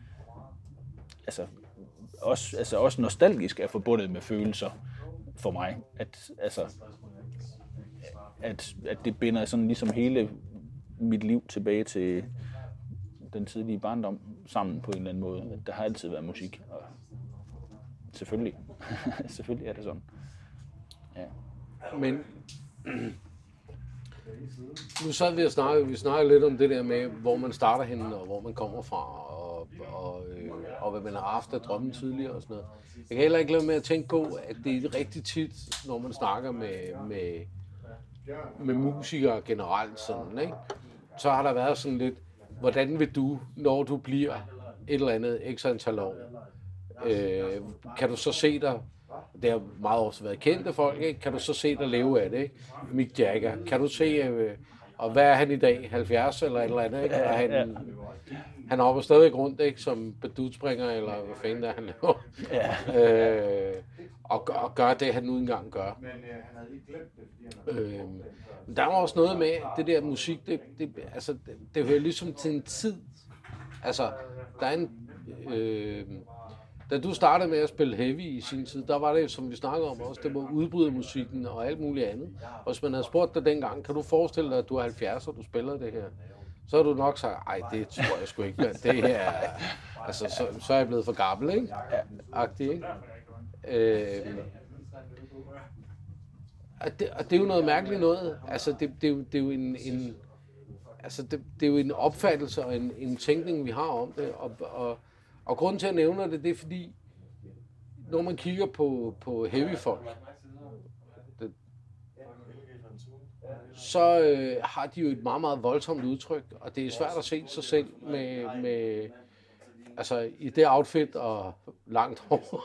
også nostalgisk er forbundet med følelser for mig. At det binder sådan ligesom hele mit liv tilbage til den tidlige barndom sammen på en eller anden måde. At der har altid været musik, og selvfølgelig, selvfølgelig er det sådan. Ja. Men nu sad vi snakkede lidt om det der med, hvor man starter henne, og hvor man kommer fra, og hvad man har haft af drømme tidligere og sådan noget. Jeg kan heller ikke lade med at tænke på, at det er rigtig tit, når man snakker med musikere generelt sådan, ikke? Så har der været sådan lidt, hvordan vil du, når du bliver et eller andet x antal år, kan du så se dig, det har meget ofte været kendte folk, ikke? Kan du så se dig leve af det, ikke? Mick Jagger, kan du se, og hvad er han i dag, 70 eller et eller andet, ikke? Og han hopper stadig rundt, ikke? Som bedudspringer, eller hvad fanden der han laver, og gør det, han nu engang gør. Der er også noget med, det der musik, det hører ligesom til en tid, altså, der er en, da du startede med at spille heavy i sin tid, der var det, som vi snakkede om også, det var udbrydermusikken og alt muligt andet. Og hvis man havde spurgt dig dengang, kan du forestille dig, at du er 70 og du spiller det her? Så har du nok sagt, ej, det tror jeg sgu ikke. Det her, altså, så er jeg blevet for gammel, ikke? Agtig, ikke? Og det er jo noget mærkeligt noget. Altså, det er jo det er jo en opfattelse og en tænkning, vi har om det. Og grunden til at nævne det er fordi, når man kigger på heavy folk, så har de jo et meget, meget voldsomt udtryk, og det er svært at se sig selv med altså i det outfit og langt hår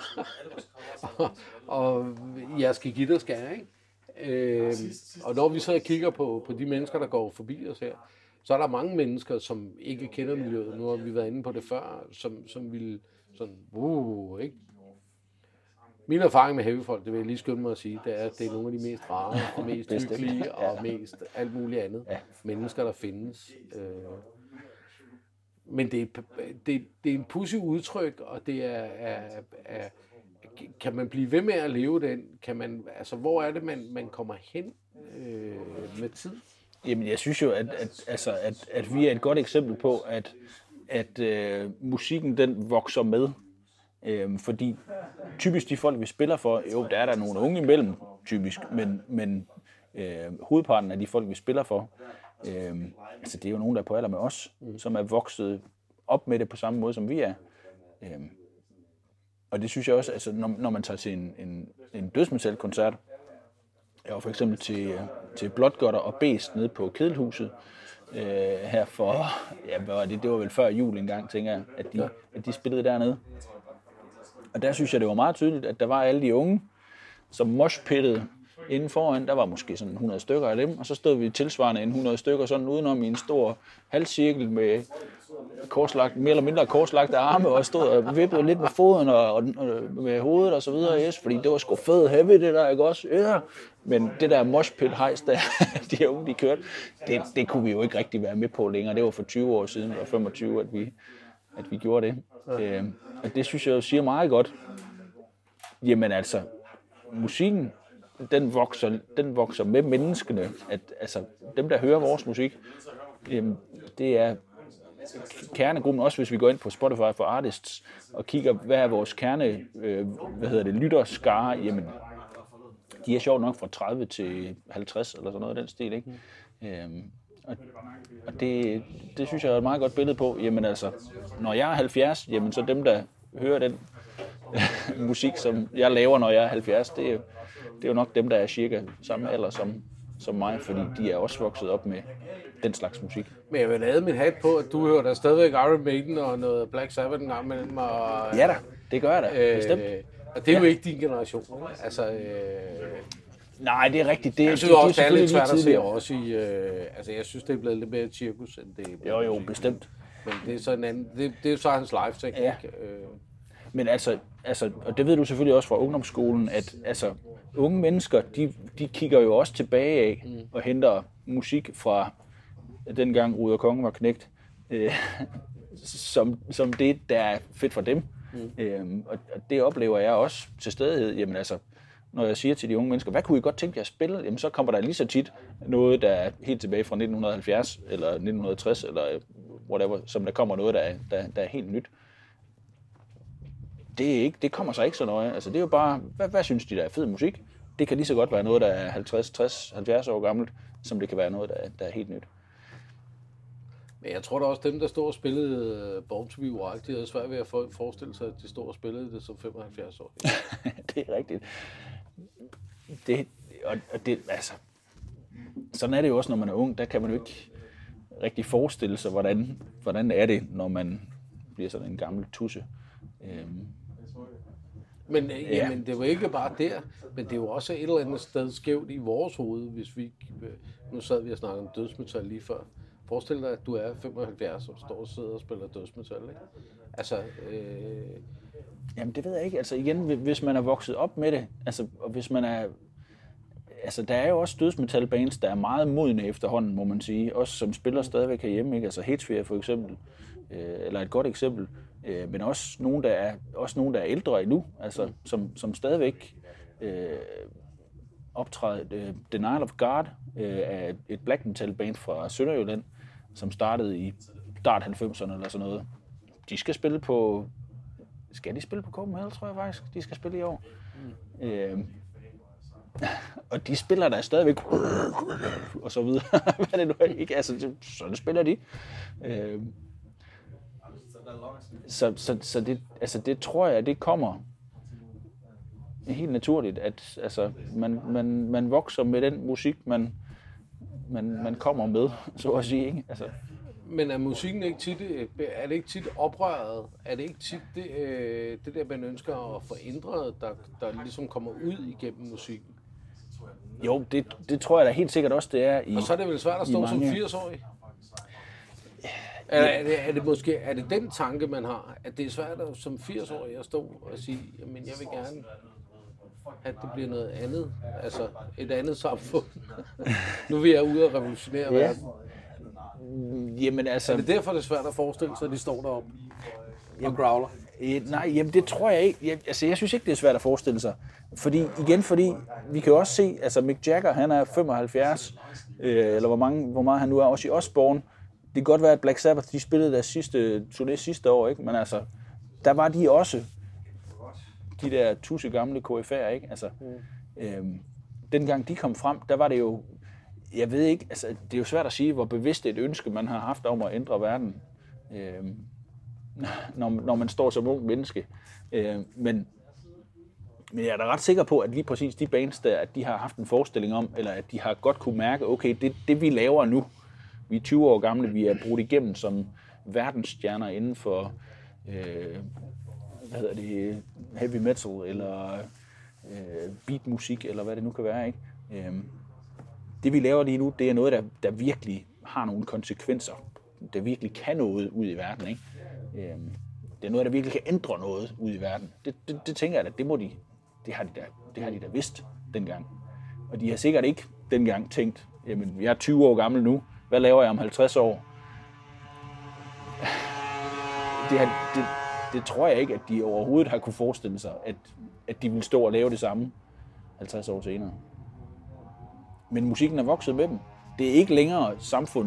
og jeres guitarskær, ikke? Og når vi så kigger på de mennesker, der går forbi os her, så er der mange mennesker, som ikke kender miljøet. Nu har vi været inde på det før, som vil sådan, ikke? Min erfaring med heavyfolk, det vil jeg lige skynde mig at sige, det er, at det er nogle af de mest rare, og mest hyggelige og mest alt muligt andet mennesker, der findes. Men det er en pudsig udtryk, og det er kan man blive ved med at leve den? Kan man, altså, hvor er det, man kommer hen med tid? Jamen, jeg synes jo, at vi er et godt eksempel på, at musikken den vokser med. Fordi typisk de folk, vi spiller for, jo, der er der nogle unge imellem, typisk, men hovedparten af de folk, vi spiller for, altså det er jo nogen, der er på alder med os, som er vokset op med det på samme måde, som vi er. Og det synes jeg også, altså når man tager til en dødsmetalkoncert, jeg var for eksempel til Bloodgutter og Beast nede på Kedelhuset, her for, det var vel før jul engang, tænker jeg, at de spillede dernede. Og der synes jeg, det var meget tydeligt, at der var alle de unge, som moshpittede inden foran. Der var måske sådan 100 stykker af dem, og så stod vi tilsvarende 100 stykker sådan udenom i en stor halvcirkel med mere eller mindre korslagte arme, og stod og vippede lidt med foden og med hovedet og så videre, fordi det var sgu fedt heavy, det der, ikke også? Ja. Men det der moshpit-hejs, der de unge, de kørte, det kunne vi jo ikke rigtig være med på længere. Det var for 20 år siden, og 25, at vi gjorde det. Og det synes jeg jo siger meget godt. Jamen altså, musikken, den vokser med menneskene. At, altså, dem, der hører vores musik, det er kernegruppen, også hvis vi går ind på Spotify for Artists og kigger, hvad er vores kerne, lytterskare, jamen, de er sjovt nok fra 30 til 50 eller sådan noget af den stil, ikke? Og det synes jeg er et meget godt billede på. Jamen altså, når jeg er 70, jamen så dem, der hører den musik, som jeg laver, når jeg er 70, det er jo nok dem, der er cirka samme alder som mig, fordi de er også vokset op med den slags musik. Men jeg vil lade min hat på, at du hører der stadigvæk Iron Maiden og noget Black Sabbath en gang imellem. Ja da, det gør jeg da, bestemt. Og det er jo ikke din generation, ikke? Altså, nej, det er rigtigt. Jeg synes også, det er lidt svært at se også i... altså, jeg synes, det er blevet lidt mere cirkus, end det er... Jo, bestemt. Men det er så en anden... Det er jo så hans live-ting, ja. Men altså, og det ved du selvfølgelig også fra ungdomsskolen, at altså, unge mennesker, de kigger jo også tilbage af og henter musik fra dengang Ruder Konge var knægt, som det, der er fedt for dem. Og det oplever jeg også til stadighed. Jamen altså, når jeg siger til de unge mennesker, hvad kunne I godt tænke jer at spille? Jamen så kommer der lige så tit noget, der er helt tilbage fra 1970 eller 1960 eller whatever, som der kommer noget, der er helt nyt. Det kommer så ikke så nøje. Altså det er jo bare, hvad synes de, der er fed musik? Det kan lige så godt være noget, der er 50, 60, 70 år gammelt, som det kan være noget, der er helt nyt. Men jeg tror da også, dem, der stod og spillede Born to be Wild, de havde svært ved at forestille sig, at de stod og spillede det som 75 år. Det er rigtigt. Det, altså, sådan er det jo også, når man er ung. Der kan man jo ikke rigtig forestille sig, hvordan er det, når man bliver sådan en gammel tusse. Men jamen, det var ikke bare der, men det er jo også et eller andet sted skævt i vores hoved, hvis vi... Nu sad vi og snakkede om dødsmetal lige før. Forestil dig, at du er 75 og står og sidder og spiller dødsmetal, ikke? Altså... Jamen, det ved jeg ikke. Altså igen, hvis man er vokset op med det, altså, og hvis man er... Altså, der er jo også dødsmetalbands, der er meget modne efterhånden, må man sige. Også som spiller stadigvæk herhjemme, ikke? Altså Hatesphere for eksempel, eller et godt eksempel. Men også nogen, der er ældre endnu, altså, som stadigvæk optræder. Denial of God er et black metal band fra Sønderjylland, som startede i start 90'erne eller sådan noget. De skal spille på... Skal de spille på Copenhagen, tror jeg faktisk, de skal spille i år. Og de spiller der stadigvæk og så videre. Hvad det nu ikke? Altså, sådan spiller de. Så det, altså det tror jeg, det kommer helt naturligt, at altså, man vokser med den musik, man kommer med, så at sige, ikke? Altså. Men er musikken ikke tit, er det ikke tit oprøret? Er det ikke tit det der, man ønsker at få ændret, der ligesom kommer ud igennem musikken? Jo, det tror jeg da helt sikkert også, det er i... Og så er det vel svært at stå som 80-årig? Er det den tanke, man har, at det er svært at, som 80-årig at stå og sige, jamen jeg vil gerne, at det bliver noget andet, altså et andet samfund. Nu vil jeg ud og revolutionere verden. Jamen altså... Er det derfor, det er svært at forestille sig, at de står deroppe og growler? Nej, jamen det tror jeg ikke. Jeg synes ikke, det er svært at forestille sig. Fordi vi kan jo også se, altså Mick Jagger, han er 75, eller hvor meget han nu er, også i Osbourne. Det kan godt være, at Black Sabbath, de spillede deres sidste turné sidste år, ikke? Men altså, der var de også, de der tusse gamle KF'er, ikke? Altså, dengang de kom frem, der var det jo, jeg ved ikke, altså det er jo svært at sige, hvor bevidst et ønske man har haft om at ændre verden, når man står som ung menneske. Men jeg er da ret sikker på, at lige præcis de bands der, at de har haft en forestilling om, eller at de har godt kunne mærke, okay, det vi laver nu, vi er 20 år gamle, vi er brudt igennem som verdensstjerner inden for, heavy metal, eller beatmusik, eller hvad det nu kan være, ikke? Det vi laver lige nu, det er noget, der virkelig har nogle konsekvenser, der virkelig kan noget ud i verden, ikke? Det er noget, der virkelig kan ændre noget ud i verden. Det tænker jeg, at det har de da vidst dengang. Og de har sikkert ikke dengang tænkt, jamen, jeg er 20 år gammel nu, hvad laver jeg om 50 år? Det tror jeg ikke, at de overhovedet har kunne forestille sig, at de ville stå og lave det samme 50 år senere. Men musikken er vokset med dem. Det er ikke længere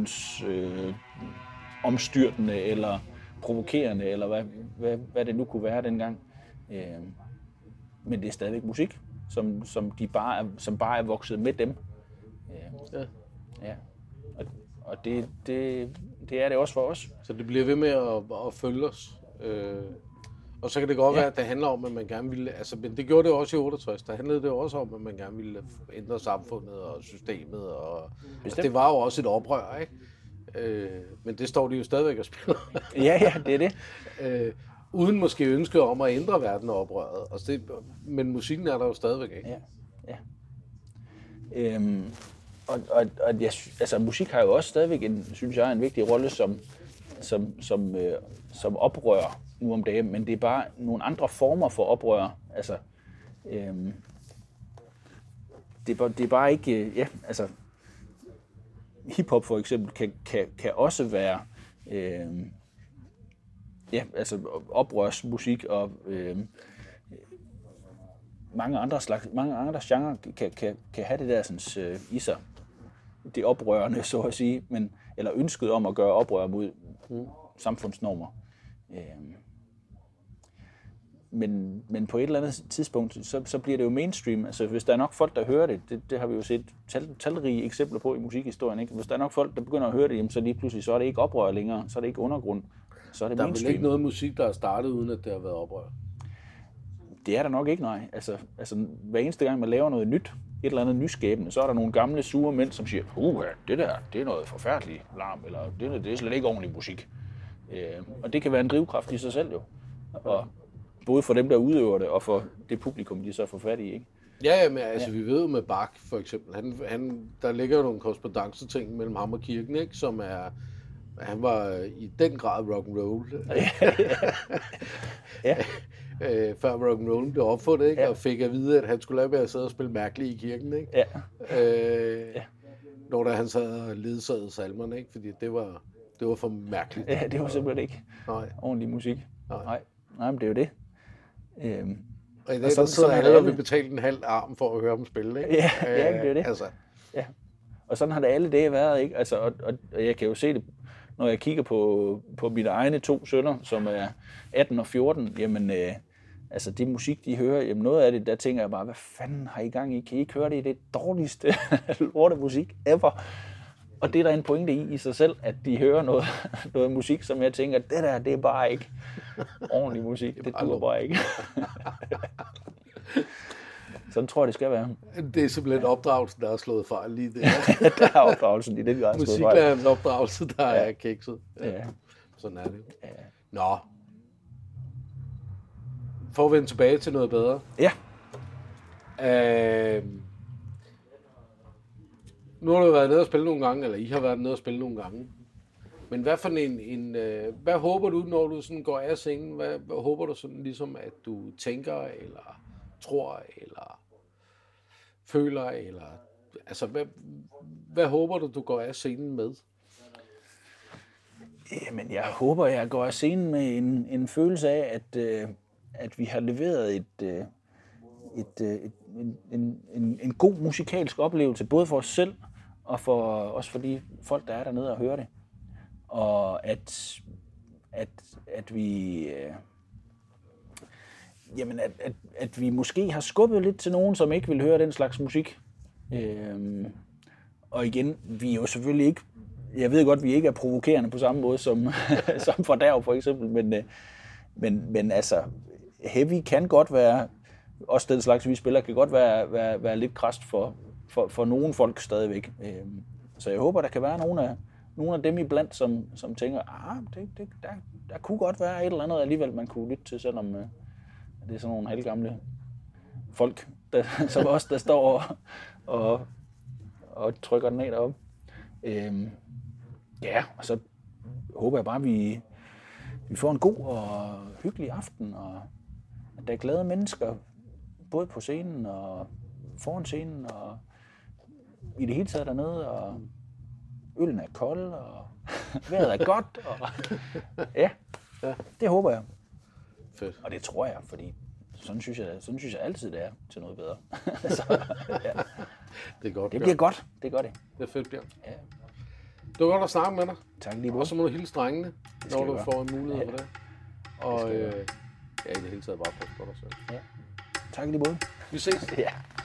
samfundsomstyrtende eller provokerende, eller hvad det nu kunne være dengang. Men det er stadigvæk musik, som bare er vokset med dem. Ja. Og det er det også for os. Så det bliver ved med at følge os. Og så kan det godt være, at det handler om, at man gerne ville... Altså, men det gjorde det også i 68. Der handlede det også om, at man gerne ville ændre samfundet og systemet. Og det var jo også et oprør, ikke? Men det står de jo stadigvæk og spiller. Ja, det er det. Uden måske ønske om at ændre verden og oprøret. Altså men musikken er der jo stadigvæk, ikke? Ja. Altså, musik har jo også stadigvæk synes jeg, en vigtig rolle som oprør nu om dagen, men det er bare nogle andre former for oprør. Altså, det er bare ikke... Hip-hop for eksempel kan også være oprørsmusik, og mange andre genrer kan have det der sådan, i sig. Det oprørende, så at sige, eller ønsket om at gøre oprør mod samfundsnormer. Men på et eller andet tidspunkt, så bliver det jo mainstream. Altså, hvis der er nok folk, der hører det har vi jo set talrige eksempler på i musikhistorien, ikke? Hvis der er nok folk, der begynder at høre det, jamen, så lige pludselig, så er det ikke oprør længere, så er det ikke undergrund, så er det mainstream. Der er vel ikke noget musik, der er startet, uden at det har været oprør? Det er der nok ikke, nej. Altså hver eneste gang, man laver noget nyt, et eller andet nyskabende, så er der nogle gamle, sure mænd, som siger, det der, det er noget forfærdeligt larm, eller det er slet ikke ordentlig musik. Og det kan være en drivkraft i sig selv jo. Og både for dem, der udøver det, og for det publikum, de så får fat i, ikke? Ja, men altså, vi ved jo med Bach, for eksempel, der ligger jo nogle korrespondanceting mellem ham og kirken, ikke? Som er, han var i den grad rock'n'roll. Før rock'n'roll blev opfundet, ikke? Og fik at vide, at han skulle lade være at sidde og spille mærkeligt i kirken, ikke? Når der han sad og ledsagede salmerne, ikke? Fordi det var for mærkeligt. Ja, det var simpelthen ikke ordentlig musik. Nej, men det er jo det. Og i dag, så sidder alle og vil betale en halv arm for at høre dem spille, ikke? Ja, det er det. Altså. Ja. Og sådan har det alle dage været, ikke? Altså, og jeg kan jo se det, når jeg kigger på mine egne 2 sønner, som er 18 og 14, jamen, altså det musik, de hører, jamen noget af det, der tænker jeg bare, hvad fanden har I gang i? Kan I ikke høre det? Det er det dårligste lortemusik ever. Og det er der en pointe i sig selv, at de hører noget musik, som jeg tænker, det der, det er bare ikke ordentlig musik. Det duer bare ikke. Sådan tror jeg, det skal være. Det er simpelthen opdragelsen, der er slået fejl lige det. Der er opdragelsen i den grad slået fejl. Musiklærerens opdragelse, der er kikset. Ja. Sådan er det. Ja. Nå. For at vende tilbage til noget bedre. Ja. Nu har du været nede og spille nogle gange, eller I har været nede og spille nogle gange. Men hvad for hvad håber du, når du sådan går af scenen? Hvad håber du sådan ligesom, at du tænker, eller tror, eller føler, eller... Altså, hvad håber du går af scenen med? Jamen, jeg håber, jeg går af scenen med en følelse af, at vi har leveret en god musikalsk oplevelse, både for os selv, og også for de folk, der er dernede og hører det. Og at vi... at vi måske har skubbet lidt til nogen, som ikke vil høre den slags musik. Og igen, vi er jo selvfølgelig ikke, jeg ved godt, vi ikke er provokerende på samme måde som, som Fordærv for eksempel, men altså, heavy kan godt være, også den slags vi spiller, kan godt være lidt krast for nogle folk stadigvæk. Så jeg håber, der kan være nogle af dem iblandt, som tænker, der kunne godt være et eller andet alligevel, man kunne lytte til, selvom det er sådan nogle halvgamle folk, som os, der står og trykker den af deroppe. Ja, og så håber jeg bare, at vi får en god og hyggelig aften, og at der er glade mennesker, både på scenen og foran scenen, og i det hele taget dernede, og øllen er kold, og vejret er godt, og ja, det håber jeg. Fedt. Og det tror jeg, fordi sådan synes jeg altid, det er til noget bedre. Så, ja. Det er godt. Det bliver godt, det gør det. Det er fedt, Bjørn. Ja. Det var godt at snakke med dig. Tak lige måde. Og så må du hilse drengene, når du gøre. får en mulighed for det. Og det ja, i det hele taget bare passe på dig selv. Ja. Tak lige måde. Vi ses. Ja.